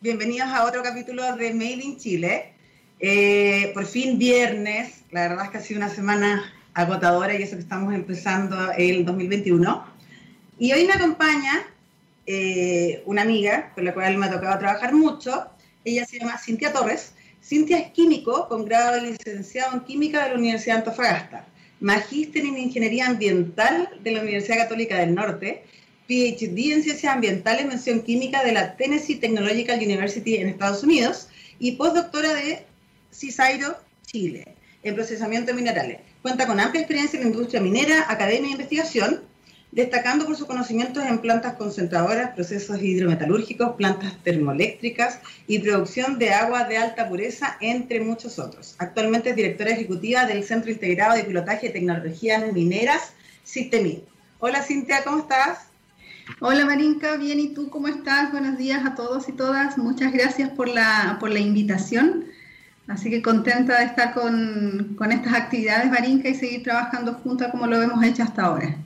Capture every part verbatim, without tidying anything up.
bienvenidos a otro capítulo de Made in Chile. Eh, por fin viernes, la verdad es que ha sido una semana agotadora y eso que estamos empezando el dos mil veintiuno. Y hoy me acompaña eh, una amiga con la cual me ha tocado trabajar mucho. Ella se llama Cintia Torres. Cintia es químico con grado de licenciado en química de la Universidad de Antofagasta, magíster en ingeniería ambiental de la Universidad Católica del Norte, P H D en ciencias ambientales, mención química de la Tennessee Technological University en Estados Unidos y postdoctora de CSIRO Chile en procesamiento de minerales. Cuenta con amplia experiencia en la industria minera, academia e investigación, destacando por sus conocimientos en plantas concentradoras, procesos hidrometalúrgicos, plantas termoeléctricas y producción de agua de alta pureza, entre muchos otros. Actualmente es directora ejecutiva del Centro Integrado de Pilotaje de Tecnologías Mineras, CITEMIN. Hola Cintia, ¿cómo estás? Hola Marinka, bien, ¿y tú cómo estás? Buenos días a todos y todas. Muchas gracias por la, por la invitación. Así que contenta de estar con, con estas actividades, Marinka, y seguir trabajando juntas como lo hemos hecho hasta ahora.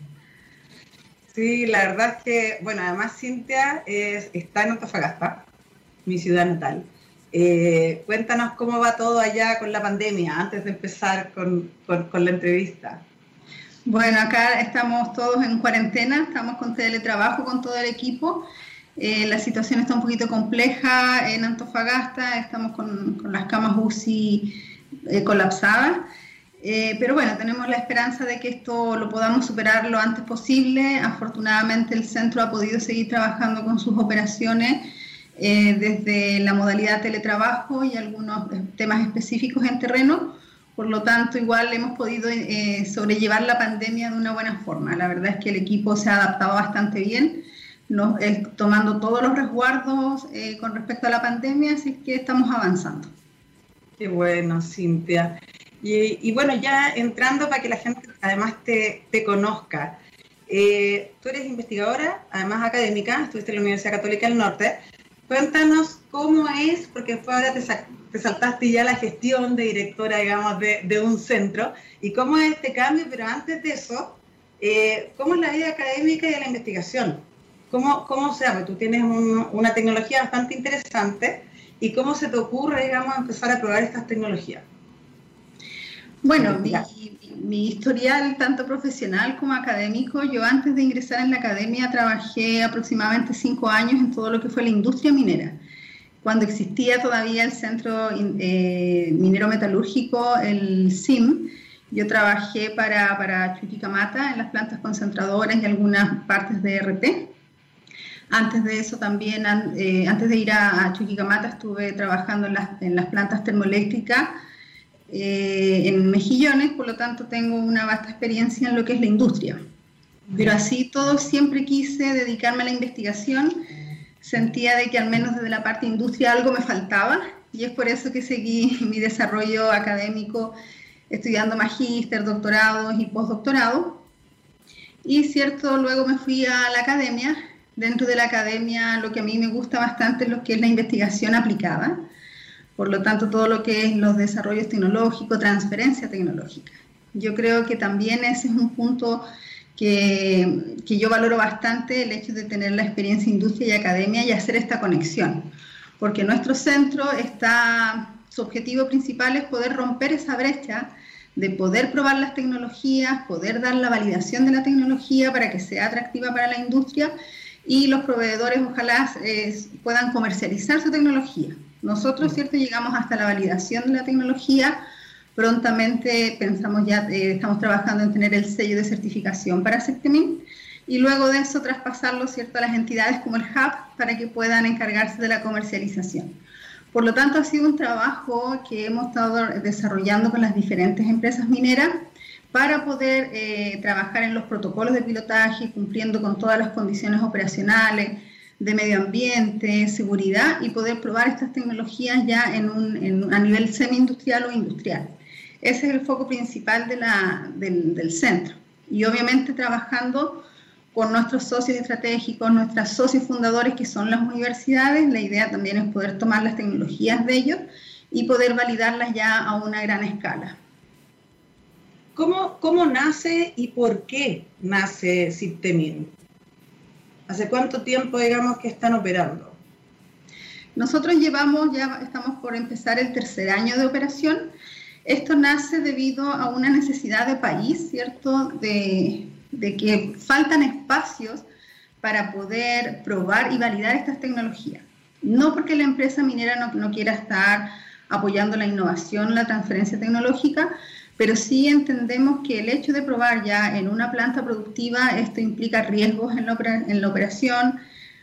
Sí, la verdad es que, bueno, además Cintia es, está en Antofagasta, mi ciudad natal. Eh, cuéntanos cómo va todo allá con la pandemia, antes de empezar con, con, con la entrevista. Bueno, acá estamos todos en cuarentena, estamos con teletrabajo con todo el equipo. Eh, la situación está un poquito compleja en Antofagasta, estamos con, con las camas U C I eh, colapsadas. Eh, pero bueno, tenemos la esperanza de que esto lo podamos superar lo antes posible. Afortunadamente el centro ha podido seguir trabajando con sus operaciones eh, desde la modalidad teletrabajo y algunos temas específicos en terreno. Por lo tanto, igual hemos podido eh, sobrellevar la pandemia de una buena forma. La verdad es que el equipo se ha adaptado bastante bien, no, eh, tomando todos los resguardos eh, con respecto a la pandemia, así que estamos avanzando. Qué bueno, Cintia. Y, y bueno, ya entrando para que la gente además te, te conozca. Eh, tú eres investigadora, además académica, estuviste en la Universidad Católica del Norte. Cuéntanos cómo es, porque después ahora te, te saltaste ya la gestión de directora, digamos, de, de un centro, y cómo es este cambio, pero antes de eso, eh, ¿cómo es la vida académica y de la investigación? ¿Cómo, cómo se llama? Tú tienes un, una tecnología bastante interesante, y cómo se te ocurre, digamos, empezar a probar estas tecnologías. Bueno, mi, mi historial tanto profesional como académico, yo antes de ingresar en la academia trabajé aproximadamente cinco años en todo lo que fue la industria minera. Cuando existía todavía el Centro eh, Minero Metalúrgico, el C I M, yo trabajé para, para Chuquicamata en las plantas concentradoras y algunas partes de E R P. Antes de eso también, eh, antes de ir a, a Chuquicamata estuve trabajando en las, en las plantas termoeléctricas, Eh, en Mejillones, por lo tanto tengo una vasta experiencia en lo que es la industria. Pero así todo siempre quise dedicarme a la investigación, sentía de que al menos desde la parte industria algo me faltaba y es por eso que seguí mi desarrollo académico estudiando magíster, doctorados y postdoctorado. Y cierto, luego me fui a la academia. Dentro de la academia lo que a mí me gusta bastante es lo que es la investigación aplicada. Por lo tanto, todo lo que es los desarrollos tecnológicos, transferencia tecnológica. Yo creo que también ese es un punto que, que yo valoro bastante, el hecho de tener la experiencia industria y academia y hacer esta conexión. Porque nuestro centro está, su objetivo principal es poder romper esa brecha de poder probar las tecnologías, poder dar la validación de la tecnología para que sea atractiva para la industria y los proveedores ojalá eh, puedan comercializar su tecnología. Nosotros, cierto, llegamos hasta la validación de la tecnología, prontamente pensamos ya, eh, estamos trabajando en tener el sello de certificación para CITEMIN y luego de eso traspasarlo, cierto, a las entidades como el Hub para que puedan encargarse de la comercialización. Por lo tanto, ha sido un trabajo que hemos estado desarrollando con las diferentes empresas mineras para poder eh, trabajar en los protocolos de pilotaje, cumpliendo con todas las condiciones operacionales, de medio ambiente, seguridad y poder probar estas tecnologías ya en un, en, a nivel semi-industrial o industrial. Ese es el foco principal de la, del, del centro. Y obviamente trabajando con nuestros socios estratégicos, nuestros socios fundadores que son las universidades, la idea también es poder tomar las tecnologías de ellos y poder validarlas ya a una gran escala. ¿Cómo, cómo nace y por qué nace CITEMIN? ¿Hace cuánto tiempo, digamos, que están operando? Nosotros llevamos, ya estamos por empezar el tercer año de operación. Esto nace debido a una necesidad de país, ¿cierto? De, de que faltan espacios para poder probar y validar estas tecnologías. No porque la empresa minera no, no quiera estar apoyando la innovación, la transferencia tecnológica, pero sí entendemos que el hecho de probar ya en una planta productiva, esto implica riesgos en la, en la operación,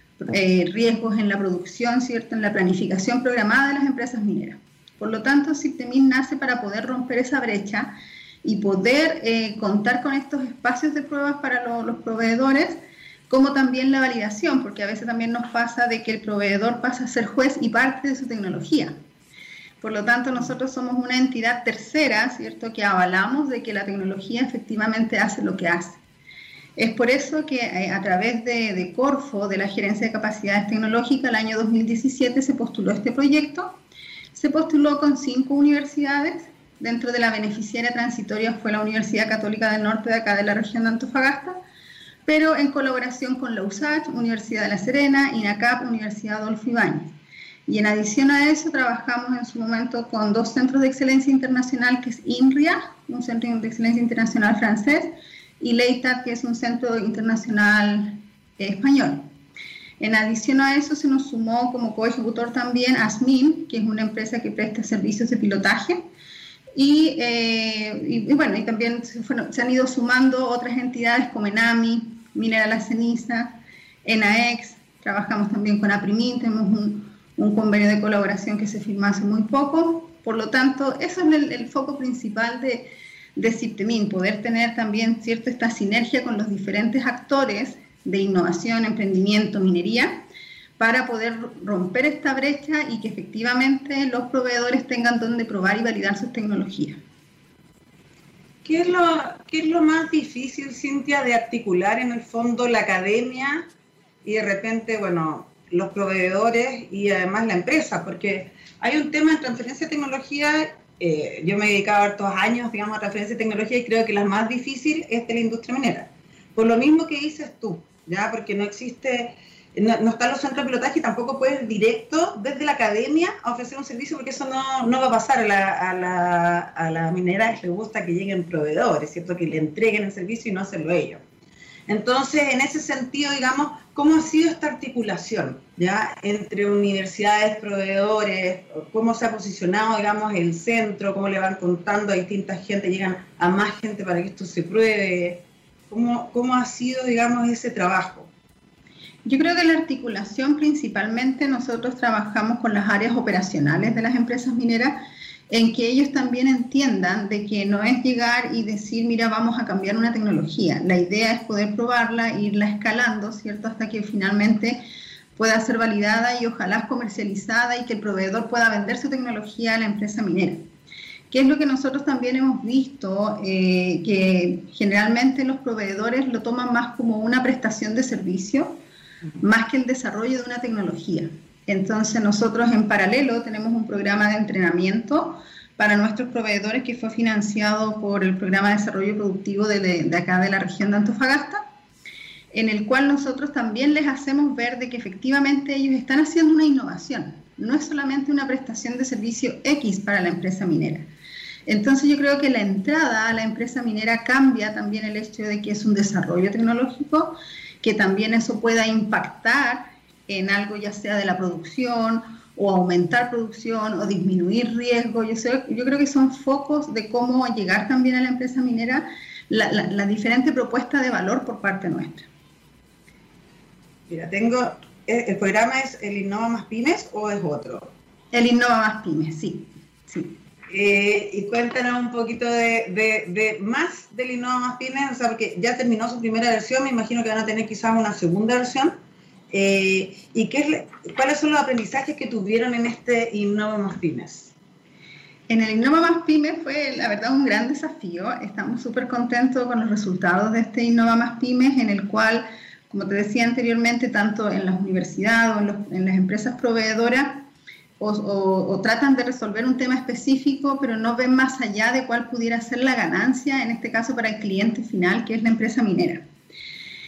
eh, riesgos en la producción, ¿cierto? En la planificación programada de las empresas mineras. Por lo tanto, Siptemin nace para poder romper esa brecha y poder eh, contar con estos espacios de pruebas para lo, los proveedores, como también la validación, porque a veces también nos pasa de que el proveedor pasa a ser juez y parte de su tecnología. Por lo tanto, nosotros somos una entidad tercera, ¿cierto?, que avalamos de que la tecnología efectivamente hace lo que hace. Es por eso que eh, a través de, de Corfo, de la Gerencia de Capacidades Tecnológicas, el año dos mil diecisiete se postuló este proyecto. Se postuló con cinco universidades. Dentro de la beneficiaria transitoria fue la Universidad Católica del Norte de acá de la región de Antofagasta, pero en colaboración con la U S A C, Universidad de La Serena, INACAP, Universidad Adolfo Ibáñez. Y en adición a eso, trabajamos en su momento con dos centros de excelencia internacional, que es INRIA, un centro de excelencia internacional francés, y LEITAT, que es un centro internacional eh, español. En adición a eso, se nos sumó como coejecutor también ASMIN, que es una empresa que presta servicios de pilotaje. Y, eh, y, y bueno, y también se, fueron, se han ido sumando otras entidades como ENAMI, Minera La Ceniza, ENAEX, trabajamos también con APRIMIN, tenemos un, un convenio de colaboración que se firmó hace muy poco. Por lo tanto, eso es el, el foco principal de, de Siptemin, poder tener también cierta esta sinergia con los diferentes actores de innovación, emprendimiento, minería, para poder romper esta brecha y que efectivamente los proveedores tengan donde probar y validar sus tecnologías. ¿Qué es lo, qué es lo más difícil, Cintia, de articular en el fondo la academia y de repente, bueno, los proveedores y además la empresa? Porque hay un tema de transferencia de tecnología, eh, yo me he dedicado hartos años, digamos, a transferencia de tecnología y creo que la más difícil es de la industria minera. Por lo mismo que dices tú, ¿ya? Porque no existe... No, no están los centros de pilotaje y tampoco puedes directo desde la academia a ofrecer un servicio porque eso no, no va a pasar. A la, a la, a la minera les gusta que lleguen proveedores, ¿cierto? Que le entreguen el servicio y no hacerlo ellos. Entonces, en ese sentido, digamos, ¿cómo ha sido esta articulación, ya, entre universidades, proveedores? ¿Cómo se ha posicionado, digamos, el centro? ¿Cómo le van contando a distintas gente? ¿Llegan a más gente para que esto se pruebe? ¿Cómo, cómo ha sido, digamos, ese trabajo? Yo creo que la articulación principalmente nosotros trabajamos con las áreas operacionales de las empresas mineras en que ellos también entiendan de que no es llegar y decir, mira, vamos a cambiar una tecnología. La idea es poder probarla, irla escalando, ¿cierto? Hasta que finalmente pueda ser validada y ojalá comercializada y que el proveedor pueda vender su tecnología a la empresa minera. ¿Qué es lo que nosotros también hemos visto? Eh, que generalmente los proveedores lo toman más como una prestación de servicio, más que el desarrollo de una tecnología. Entonces nosotros en paralelo tenemos un programa de entrenamiento para nuestros proveedores que fue financiado por el Programa de Desarrollo Productivo de, de acá de la región de Antofagasta, en el cual nosotros también les hacemos ver de que efectivamente ellos están haciendo una innovación, no es solamente una prestación de servicio X para la empresa minera. Entonces yo creo que la entrada a la empresa minera cambia también el hecho de que es un desarrollo tecnológico, que también eso pueda impactar en algo ya sea de la producción o aumentar producción o disminuir riesgo. Yo, sé, yo creo que son focos de cómo llegar también a la empresa minera la, la, la diferente propuesta de valor por parte nuestra. Mira, tengo, ¿el programa es el Innova Más Pymes o es otro? El Innova Más Pymes, sí, sí. Eh, y cuéntanos un poquito de, de, de más del Innova Más Pymes, o sea, porque ya terminó su primera versión, me imagino que van a tener quizás una segunda versión. Eh, ¿Y qué es, cuáles son los aprendizajes que tuvieron en este Innova Más Pymes? En el Innova Más Pymes fue, la verdad, un gran desafío. Estamos súper contentos con los resultados de este Innova Más Pymes, en el cual, como te decía anteriormente, tanto en las universidades o en, los, en las empresas proveedoras, O, o, o tratan de resolver un tema específico, pero no ven más allá de cuál pudiera ser la ganancia, en este caso para el cliente final, que es la empresa minera.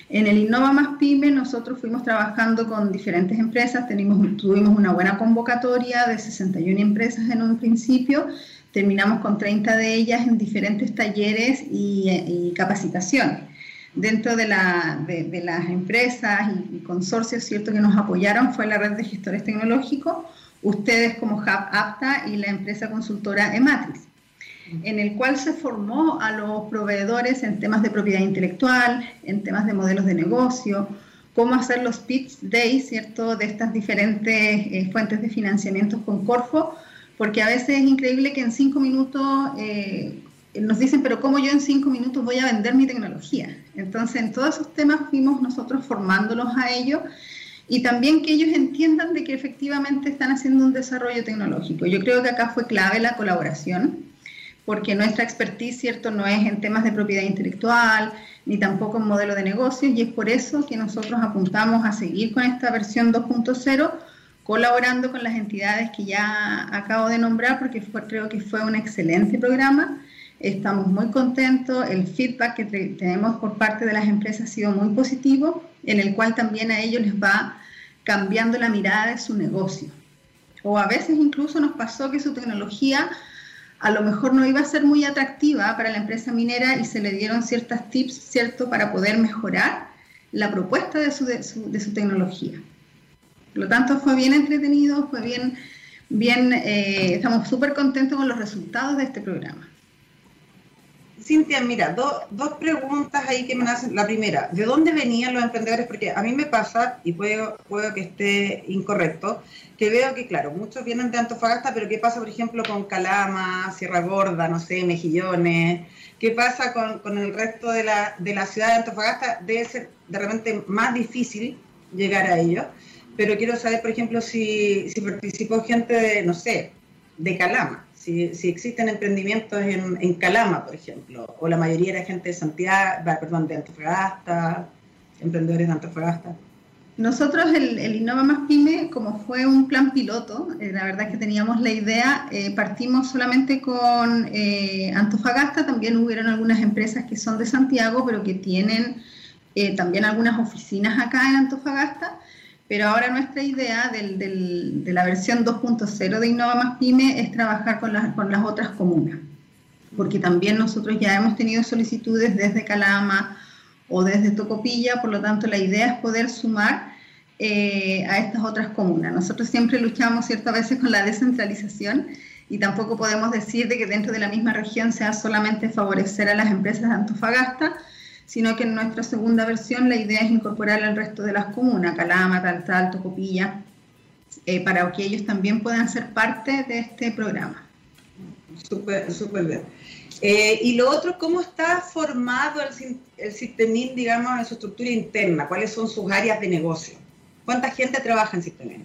En el Innova Más Pyme nosotros fuimos trabajando con diferentes empresas, tenemos, tuvimos una buena convocatoria de sesenta y una empresas en un principio, terminamos con treinta de ellas en diferentes talleres y, y capacitaciones. Dentro de, la, de, de las empresas y, y consorcios, ¿cierto?, que nos apoyaron fue la Red de Gestores Tecnológicos, ustedes como Hub Apta y la empresa consultora Ematrix, en el cual se formó a los proveedores en temas de propiedad intelectual, en temas de modelos de negocio, cómo hacer los pitch days, ¿cierto?, de estas diferentes eh, fuentes de financiamiento con Corfo, porque a veces es increíble que en cinco minutos eh, nos dicen, pero ¿cómo yo en cinco minutos voy a vender mi tecnología? Entonces, en todos esos temas fuimos nosotros formándolos a ellos y también que ellos entiendan de que efectivamente están haciendo un desarrollo tecnológico. Yo creo que acá fue clave la colaboración, porque nuestra expertise, ¿cierto?, no es en temas de propiedad intelectual, ni tampoco en modelo de negocios, y es por eso que nosotros apuntamos a seguir con esta versión dos punto cero, colaborando con las entidades que ya acabo de nombrar, porque fue, creo que fue un excelente programa. Estamos muy contentos, el feedback que tenemos por parte de las empresas ha sido muy positivo, en el cual también a ellos les va cambiando la mirada de su negocio. O a veces incluso nos pasó que su tecnología a lo mejor no iba a ser muy atractiva para la empresa minera y se le dieron ciertas tips, ¿cierto?, para poder mejorar la propuesta de su, de su, de su tecnología. Por lo tanto, fue bien entretenido, fue bien, bien eh, estamos súper contentos con los resultados de este programa. Cintia, mira, do, dos preguntas ahí que me hacen. La primera, ¿de dónde venían los emprendedores? Porque a mí me pasa, y puedo, puedo que esté incorrecto, que veo que, claro, muchos vienen de Antofagasta, pero ¿qué pasa, por ejemplo, con Calama, Sierra Gorda, no sé, Mejillones? ¿Qué pasa con, con el resto de la, de la ciudad de Antofagasta? Debe ser de repente más difícil llegar a ellos, pero quiero saber, por ejemplo, si, si participó gente de, no sé, de Calama. Si, si existen emprendimientos en, en Calama, por ejemplo, o la mayoría era gente de Santiago, perdón, de Antofagasta, emprendedores de Antofagasta. Nosotros, el, el Innova Más Pyme, como fue un plan piloto, eh, la verdad es que teníamos la idea, eh, partimos solamente con eh, Antofagasta, también hubieron algunas empresas que son de Santiago, pero que tienen eh, también algunas oficinas acá en Antofagasta. Pero ahora nuestra idea del, del, de la versión dos punto cero de Innova Más Pyme es trabajar con las, con las otras comunas, porque también nosotros ya hemos tenido solicitudes desde Calama o desde Tocopilla, por lo tanto la idea es poder sumar eh, a estas otras comunas. Nosotros siempre luchamos ciertas veces con la descentralización y tampoco podemos decir de que dentro de la misma región sea solamente favorecer a las empresas de Antofagasta, sino que en nuestra segunda versión la idea es incorporar al resto de las comunas, Calama, Taltal, Tocopilla, eh, para que ellos también puedan ser parte de este programa. Súper, súper bien. Eh, y lo otro, ¿cómo está formado el, el Systemin, digamos, en su estructura interna? ¿Cuáles son sus áreas de negocio? ¿Cuánta gente trabaja en Systemin?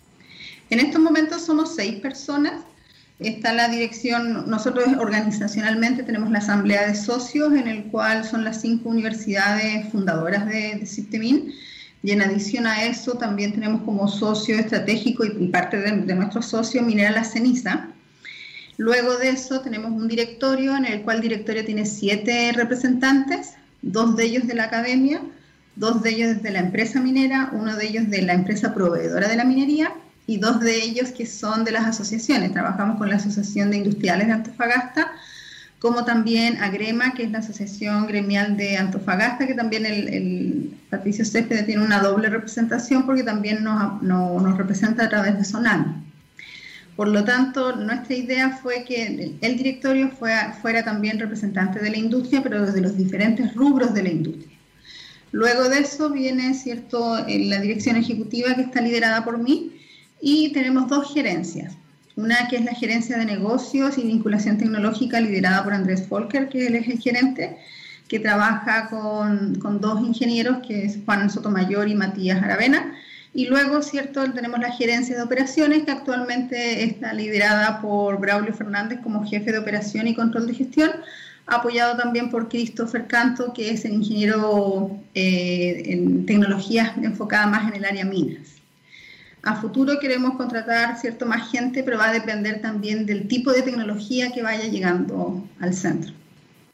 En estos momentos somos seis personas. Está la dirección, nosotros organizacionalmente tenemos la asamblea de socios, en el cual son las cinco universidades fundadoras de, de Systemin, y en adición a eso también tenemos como socio estratégico y, y parte de, de nuestro socio Minera La Ceniza. Luego de eso tenemos un directorio, en el cual el directorio tiene siete representantes, dos de ellos de la academia, dos de ellos de la empresa minera, uno de ellos de la empresa proveedora de la minería, y dos de ellos que son de las asociaciones. Trabajamos con la Asociación de Industriales de Antofagasta, como también AGREMA, que es la Asociación Gremial de Antofagasta, que también el, el Patricio Céspedes tiene una doble representación porque también nos, no, nos representa a través de SONAMI. Por lo tanto, nuestra idea fue que el, el directorio fuera, fuera también representante de la industria, pero desde los diferentes rubros de la industria. Luego de eso viene, ¿cierto?, la dirección ejecutiva, que está liderada por mí, y tenemos dos gerencias, una que es la gerencia de negocios y vinculación tecnológica liderada por Andrés Volker, que él es el gerente, que trabaja con, con dos ingenieros, que es Juan Sotomayor y Matías Aravena, y luego, cierto, tenemos la gerencia de operaciones, que actualmente está liderada por Braulio Fernández como jefe de operación y control de gestión, apoyado también por Christopher Canto, que es el ingeniero eh, en tecnologías enfocada más en el área minas. A futuro queremos contratar, cierto, más gente, pero va a depender también del tipo de tecnología que vaya llegando al centro.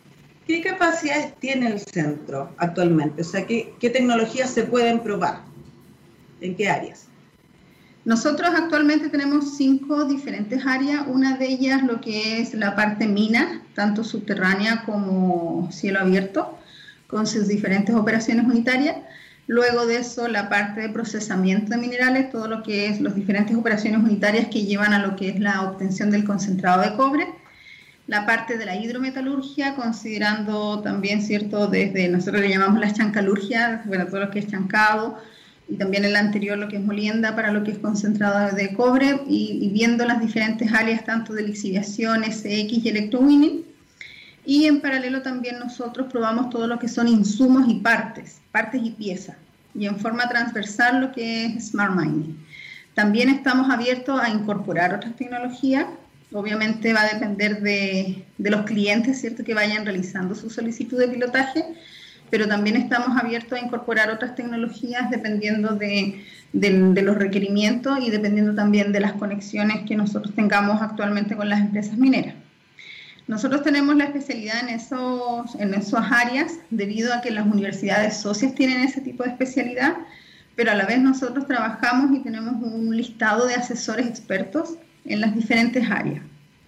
¿qué capacidades tiene el centro actualmente? O sea, ¿qué, qué tecnologías se pueden probar? ¿En qué áreas? Nosotros actualmente tenemos cinco diferentes áreas. Una de ellas lo que es la parte mina, tanto subterránea como cielo abierto, con sus diferentes operaciones unitarias. Luego de eso, la parte de procesamiento de minerales, todo lo que es las diferentes operaciones unitarias que llevan a lo que es la obtención del concentrado de cobre. La parte de la hidrometalurgia, considerando también, ¿cierto?, desde, nosotros le llamamos la chancalurgia, bueno, todo lo que es chancado, y también el anterior lo que es molienda para lo que es concentrado de cobre, y, y viendo las diferentes áreas tanto de lixiviación, S X y electrowinning. Y en paralelo también nosotros probamos todo lo que son insumos y partes, partes y piezas, y en forma transversal lo que es Smart Mining. También estamos abiertos a incorporar otras tecnologías. Obviamente va a depender de, de los clientes, ¿cierto?, que vayan realizando su solicitud de pilotaje, pero también estamos abiertos a incorporar otras tecnologías dependiendo de, de, de los requerimientos y dependiendo también de las conexiones que nosotros tengamos actualmente con las empresas mineras. Nosotros tenemos la especialidad en, esos, en esas áreas debido a que las universidades socias tienen ese tipo de especialidad, pero a la vez nosotros trabajamos y tenemos un listado de asesores expertos en las diferentes áreas.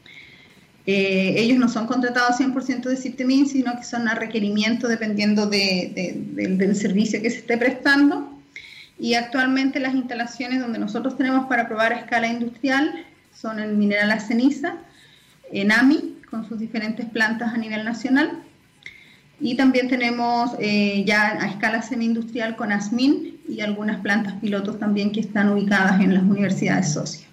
Eh, ellos no son contratados cien por ciento de Ciptemin, sino que son a requerimiento dependiendo de, de, de, del servicio que se esté prestando. Y actualmente las instalaciones donde nosotros tenemos para probar a escala industrial son en Mineral La Ceniza, en A M I, con sus diferentes plantas a nivel nacional. Y también tenemos eh, ya a escala semi-industrial con ASMIN y algunas plantas pilotos también que están ubicadas en las universidades socias.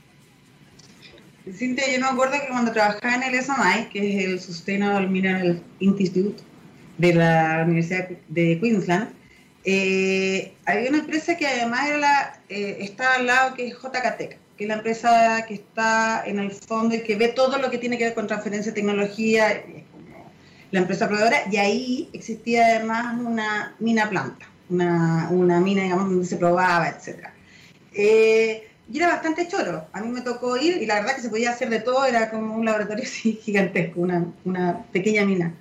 Cintia, yo me acuerdo que cuando trabajaba en el S M I, que es el Sustainable Mineral Institute de la Universidad de Queensland, eh, había una empresa que además era la, eh, estaba al lado, que es J K Tech, que es la empresa que está en el fondo y que ve todo lo que tiene que ver con transferencia de tecnología, es como la empresa proveedora, y ahí existía además una mina planta, una, una mina, digamos, donde se probaba, etcétera. Eh, Y era bastante choro. A mí me tocó ir y la verdad que se podía hacer de todo, era como un laboratorio así gigantesco, una, una pequeña mina.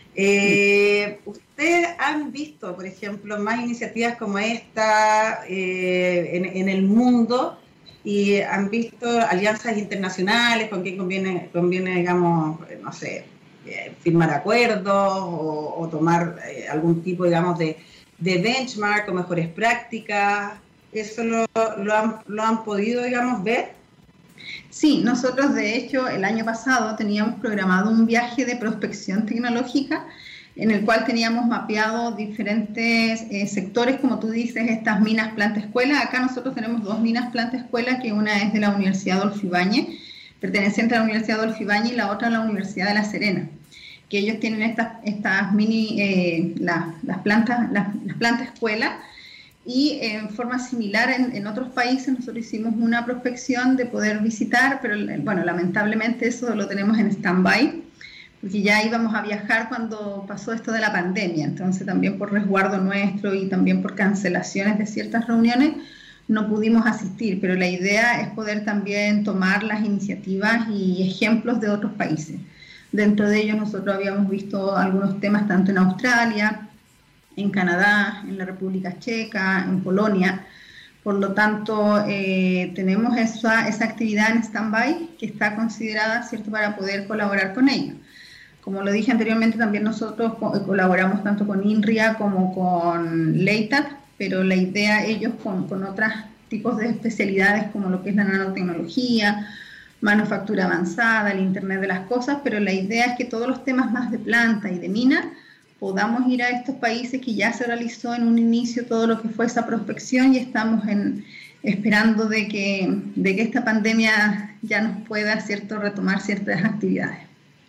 Eh, ¿Ustedes han visto, por ejemplo, más iniciativas como esta eh, en, en el mundo y han visto alianzas internacionales con quién conviene, conviene digamos, no sé, eh, firmar acuerdos o, o tomar eh, algún tipo, digamos, de, de benchmark o mejores prácticas? ¿Eso lo, lo, han, lo han podido, digamos, ver? Sí, nosotros de hecho el año pasado teníamos programado un viaje de prospección tecnológica en el cual teníamos mapeado diferentes eh, sectores, como tú dices, estas minas planta escuela. Acá nosotros tenemos dos minas planta escuela, que una es de la Universidad Adolfo Ibáñez, perteneciente a la Universidad Adolfo Ibáñez, y la otra a la Universidad de La Serena, que ellos tienen estas, estas mini, eh, la, las plantas, las, las plantas escuela. Y en forma similar en, en otros países nosotros hicimos una prospección de poder visitar, pero bueno, lamentablemente eso lo tenemos en stand-by, porque ya íbamos a viajar cuando pasó esto de la pandemia, entonces también por resguardo nuestro y también por cancelaciones de ciertas reuniones no pudimos asistir, pero la idea es poder también tomar las iniciativas y ejemplos de otros países. Dentro de ellos nosotros habíamos visto algunos temas tanto en Australia, en Canadá, en la República Checa, en Polonia. Por lo tanto, eh, tenemos esa, esa actividad en stand-by que está considerada, ¿cierto?, para poder colaborar con ellos. Como lo dije anteriormente, también nosotros colaboramos tanto con INRIA como con LEITAT, pero la idea, ellos con, con otros tipos de especialidades como lo que es la nanotecnología, manufactura avanzada, el Internet de las cosas, pero la idea es que todos los temas más de planta y de mina podamos ir a estos países que ya se realizó en un inicio todo lo que fue esa prospección y estamos en, esperando de que, de que esta pandemia ya nos pueda, ¿cierto?, retomar ciertas actividades.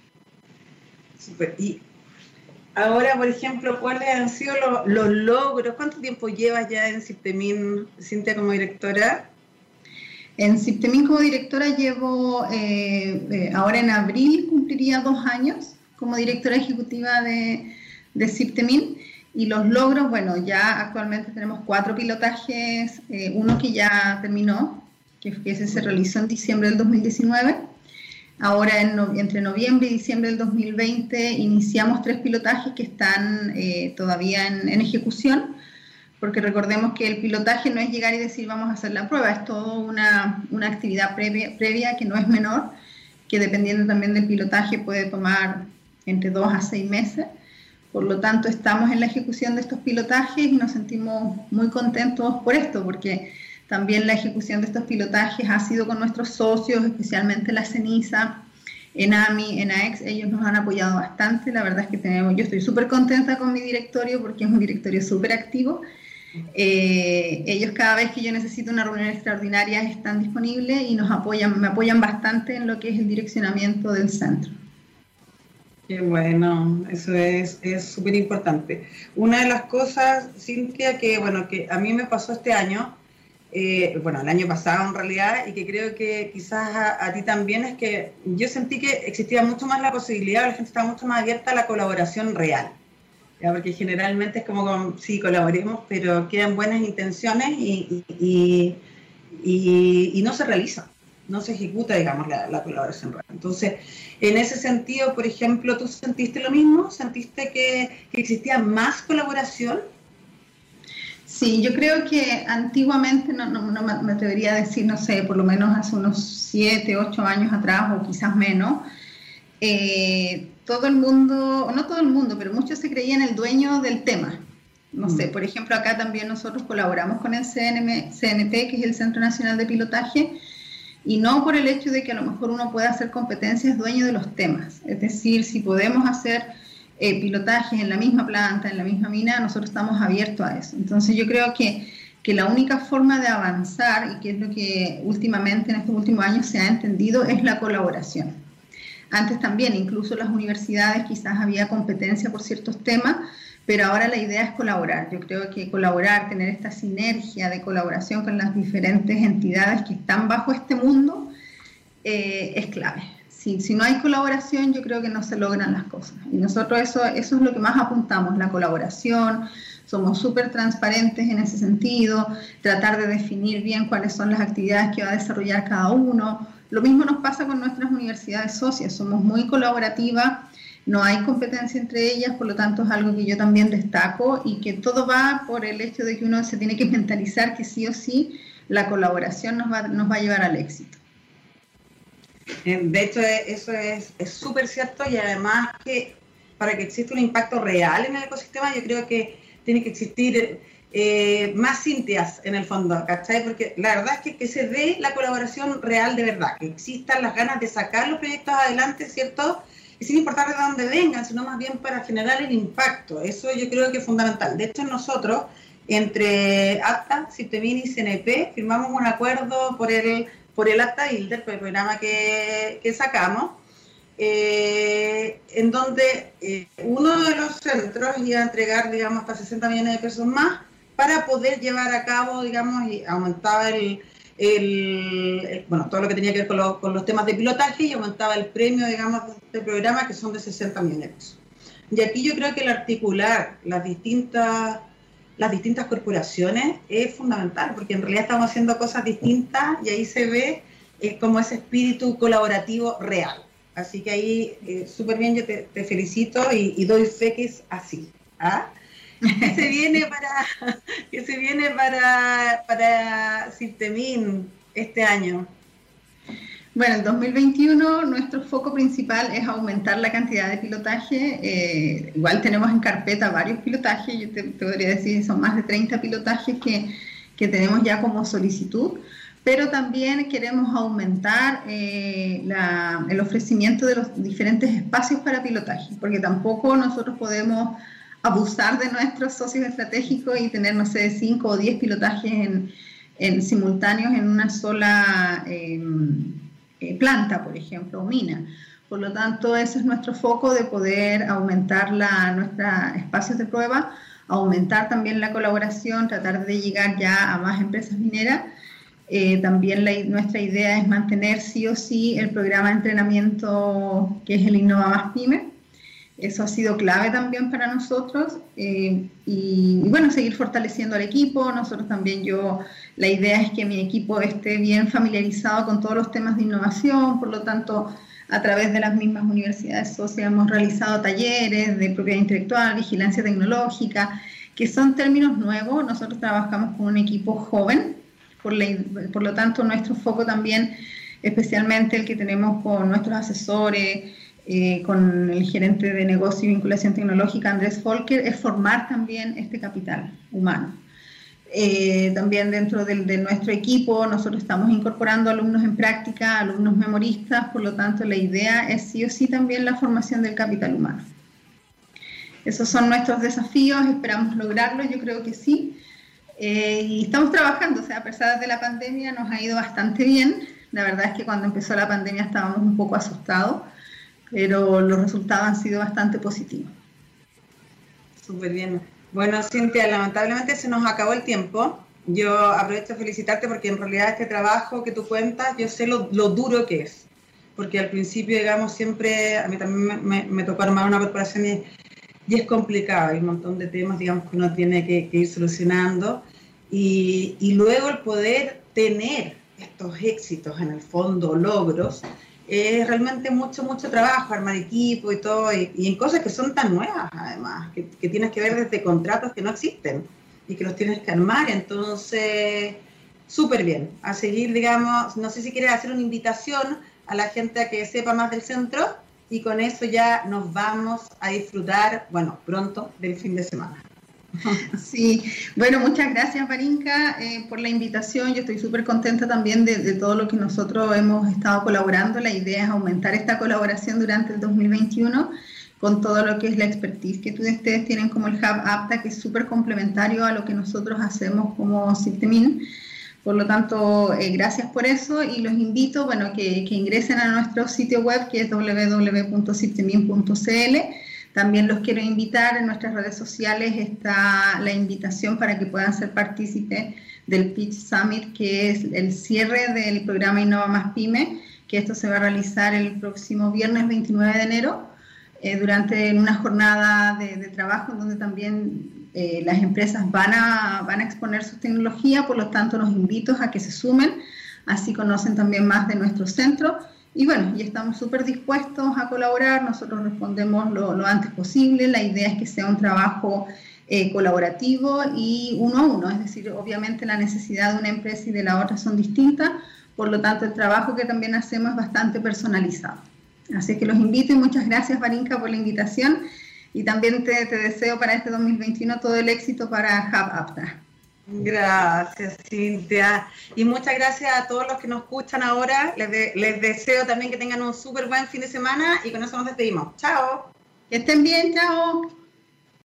Super. Y ahora, por ejemplo, ¿cuáles han sido los, los logros? ¿Cuánto tiempo llevas ya en Ciptemin, Cintia, como directora? En Ciptemin como directora llevo, eh, eh, ahora en abril cumpliría dos años como directora ejecutiva de de Ciptemin, y los logros, bueno, ya actualmente tenemos cuatro pilotajes, eh, uno que ya terminó, que, que ese se realizó en diciembre del dos mil diecinueve, Ahora, en no, entre noviembre y diciembre del dos mil veinte, iniciamos tres pilotajes que están eh, todavía en, en ejecución, porque recordemos que el pilotaje no es llegar y decir vamos a hacer la prueba, es toda una, una actividad previa, previa que no es menor, que dependiendo también del pilotaje puede tomar entre dos a seis meses. Por lo tanto, estamos en la ejecución de estos pilotajes y nos sentimos muy contentos por esto, porque también la ejecución de estos pilotajes ha sido con nuestros socios, especialmente la CENISA, ENAMI, ENAEX, ellos nos han apoyado bastante. La verdad es que tenemos, yo estoy súper contenta con mi directorio porque es un directorio súper activo. Eh, ellos cada vez que yo necesito una reunión extraordinaria están disponibles y nos apoyan, me apoyan bastante en lo que es el direccionamiento del centro. Qué bueno, eso es súper importante. Una de las cosas, Cintia, que bueno, que a mí me pasó este año, eh, bueno, el año pasado en realidad, y que creo que quizás a, a ti también, es que yo sentí que existía mucho más la posibilidad, la gente estaba mucho más abierta a la colaboración real. ¿Ya? Porque generalmente es como, como sí, colaboremos, pero quedan buenas intenciones y, y, y, y no se realiza, no se ejecuta, digamos, la, la colaboración real. Entonces, en ese sentido, por ejemplo, ¿tú sentiste lo mismo? ¿Sentiste que, que existía más colaboración? Sí, yo creo que antiguamente, no, no, no me atrevería a decir, no sé, por lo menos hace unos siete, ocho años atrás o quizás menos, eh, todo el mundo, o no todo el mundo, pero muchos se creían el dueño del tema. No mm. sé, por ejemplo, acá también nosotros colaboramos con el C N M, C N P, que es el Centro Nacional de Pilotaje, y no por el hecho de que a lo mejor uno pueda hacer competencias dueño de los temas. Es decir, si podemos hacer eh, pilotajes en la misma planta, en la misma mina, nosotros estamos abiertos a eso. Entonces yo creo que, que la única forma de avanzar, y que es lo que últimamente en estos últimos años se ha entendido, es la colaboración. Antes también, incluso las universidades quizás había competencia por ciertos temas, pero ahora la idea es colaborar. Yo creo que colaborar, tener esta sinergia de colaboración con las diferentes entidades que están bajo este mundo, eh, es clave. Si, si no hay colaboración, yo creo que no se logran las cosas. Y nosotros eso, eso es lo que más apuntamos, la colaboración. Somos súper transparentes en ese sentido, tratar de definir bien cuáles son las actividades que va a desarrollar cada uno. Lo mismo nos pasa con nuestras universidades socias, somos muy colaborativas, no hay competencia entre ellas, por lo tanto es algo que yo también destaco y que todo va por el hecho de que uno se tiene que mentalizar que sí o sí la colaboración nos va, nos va a llevar al éxito. De hecho, eso es súper cierto y además que para que exista un impacto real en el ecosistema yo creo que tiene que existir eh, más Cintias en el fondo, ¿cachai? Porque la verdad es que, que se dé la colaboración real de verdad, que existan las ganas de sacar los proyectos adelante, ¿cierto? Y sin importar de dónde vengan, sino más bien para generar el impacto. Eso yo creo que es fundamental. De hecho, nosotros, entre APTA, CIPTEMIN y C N P, firmamos un acuerdo por el, por el APTA ILDER, por el programa que, que sacamos, eh, en donde eh, uno de los centros iba a entregar, digamos, hasta sesenta millones de pesos más para poder llevar a cabo, digamos, y aumentaba el, el, el bueno, todo lo que tenía que ver con, lo, con los temas de pilotaje y aumentaba el premio, digamos, del programa, que son de sesenta millones de pesos. Y aquí yo creo que el articular las distintas, las distintas corporaciones es fundamental, porque en realidad estamos haciendo cosas distintas y ahí se ve eh, como ese espíritu colaborativo real. Así que ahí, eh, súper bien, yo te, te felicito y, y doy fe que es así. ¿Ah? ¿Qué se viene para, qué se viene para, para CIPTEMIN este año? Bueno, en dos mil veintiuno nuestro foco principal es aumentar la cantidad de pilotaje. Eh, igual tenemos en carpeta varios pilotajes, yo te, te podría decir son más de treinta pilotajes que, que tenemos ya como solicitud. Pero también queremos aumentar eh, la, el ofrecimiento de los diferentes espacios para pilotaje, porque tampoco nosotros podemos abusar de nuestros socios estratégicos y tener, no sé, cinco o diez pilotajes en, en simultáneos en una sola eh, eh, planta, por ejemplo, o mina. Por lo tanto, ese es nuestro foco de poder aumentar la, nuestros espacios de prueba, aumentar también la colaboración, tratar de llegar ya a más empresas mineras. Eh, también la, nuestra idea es mantener sí o sí el programa de entrenamiento que es el Innova Más Pyme. Eso ha sido clave también para nosotros eh, y, y bueno, seguir fortaleciendo al equipo. Nosotros también, yo, la idea es que mi equipo esté bien familiarizado con todos los temas de innovación, por lo tanto, a través de las mismas universidades sociales hemos realizado talleres de propiedad intelectual, vigilancia tecnológica, que son términos nuevos. Nosotros trabajamos con un equipo joven, por, la, por lo tanto nuestro foco también, especialmente el que tenemos con nuestros asesores, eh, con el gerente de negocio y vinculación tecnológica, Andrés Folker, es formar también este capital humano. Eh, también dentro de, de nuestro equipo nosotros estamos incorporando alumnos en práctica, alumnos memoristas, por lo tanto la idea es sí o sí también la formación del capital humano. Esos son nuestros desafíos, esperamos lograrlo, yo creo que sí, eh, y estamos trabajando, o sea, a pesar de la pandemia nos ha ido bastante bien. La verdad es que cuando empezó la pandemia estábamos un poco asustados, pero los resultados han sido bastante positivos. Súper bien. Bueno, Cintia, lamentablemente se nos acabó el tiempo. Yo aprovecho de felicitarte porque en realidad este trabajo que tú cuentas, yo sé lo, lo duro que es. Porque al principio, digamos, siempre, a mí también me, me, me tocó armar una corporación y, y es complicado. Hay un montón de temas, digamos, que uno tiene que, que ir solucionando. Y, y luego el poder tener estos éxitos, en el fondo, logros, es realmente mucho, mucho trabajo, armar equipo y todo, y, y en cosas que son tan nuevas, además, que, que tienes que ver desde contratos que no existen y que los tienes que armar. Entonces, súper bien. A seguir, digamos, no sé si quieres hacer una invitación a la gente a que sepa más del centro, y con eso ya nos vamos a disfrutar, bueno, pronto, del fin de semana. Sí, bueno, muchas gracias, Varinka, eh, por la invitación. Yo estoy súper contenta también de, de todo lo que nosotros hemos estado colaborando. La idea es aumentar esta colaboración durante el dos mil veintiuno con todo lo que es la expertise que ustedes tienen como el Hub APTA, que es súper complementario a lo que nosotros hacemos como CIPTEMIN. Por lo tanto, eh, gracias por eso, y los invito, bueno, que, que ingresen a nuestro sitio web, que es doble u doble u doble u punto ciptemin punto c l. También los quiero invitar, en nuestras redes sociales está la invitación para que puedan ser partícipes del Pitch Summit, que es el cierre del programa Innova Más Pyme, que esto se va a realizar el próximo viernes veintinueve de enero, eh, durante una jornada de, de trabajo en donde también eh, las empresas van a, van a exponer su tecnología. Por lo tanto, los invito a que se sumen, así conocen también más de nuestro centro. Y bueno, y estamos súper dispuestos a colaborar. Nosotros respondemos lo, lo antes posible. La idea es que sea un trabajo eh, colaborativo y uno a uno, es decir, obviamente la necesidad de una empresa y de la otra son distintas, por lo tanto el trabajo que también hacemos es bastante personalizado. Así que los invito, y muchas gracias, Varinka, por la invitación, y también te, te deseo para este dos mil veintiuno todo el éxito para Hub APTA. Gracias, Cintia. Y muchas gracias a todos los que nos escuchan ahora. Les, de, les deseo también que tengan un súper buen fin de semana, y con eso nos despedimos. Chao. Que estén bien, chao.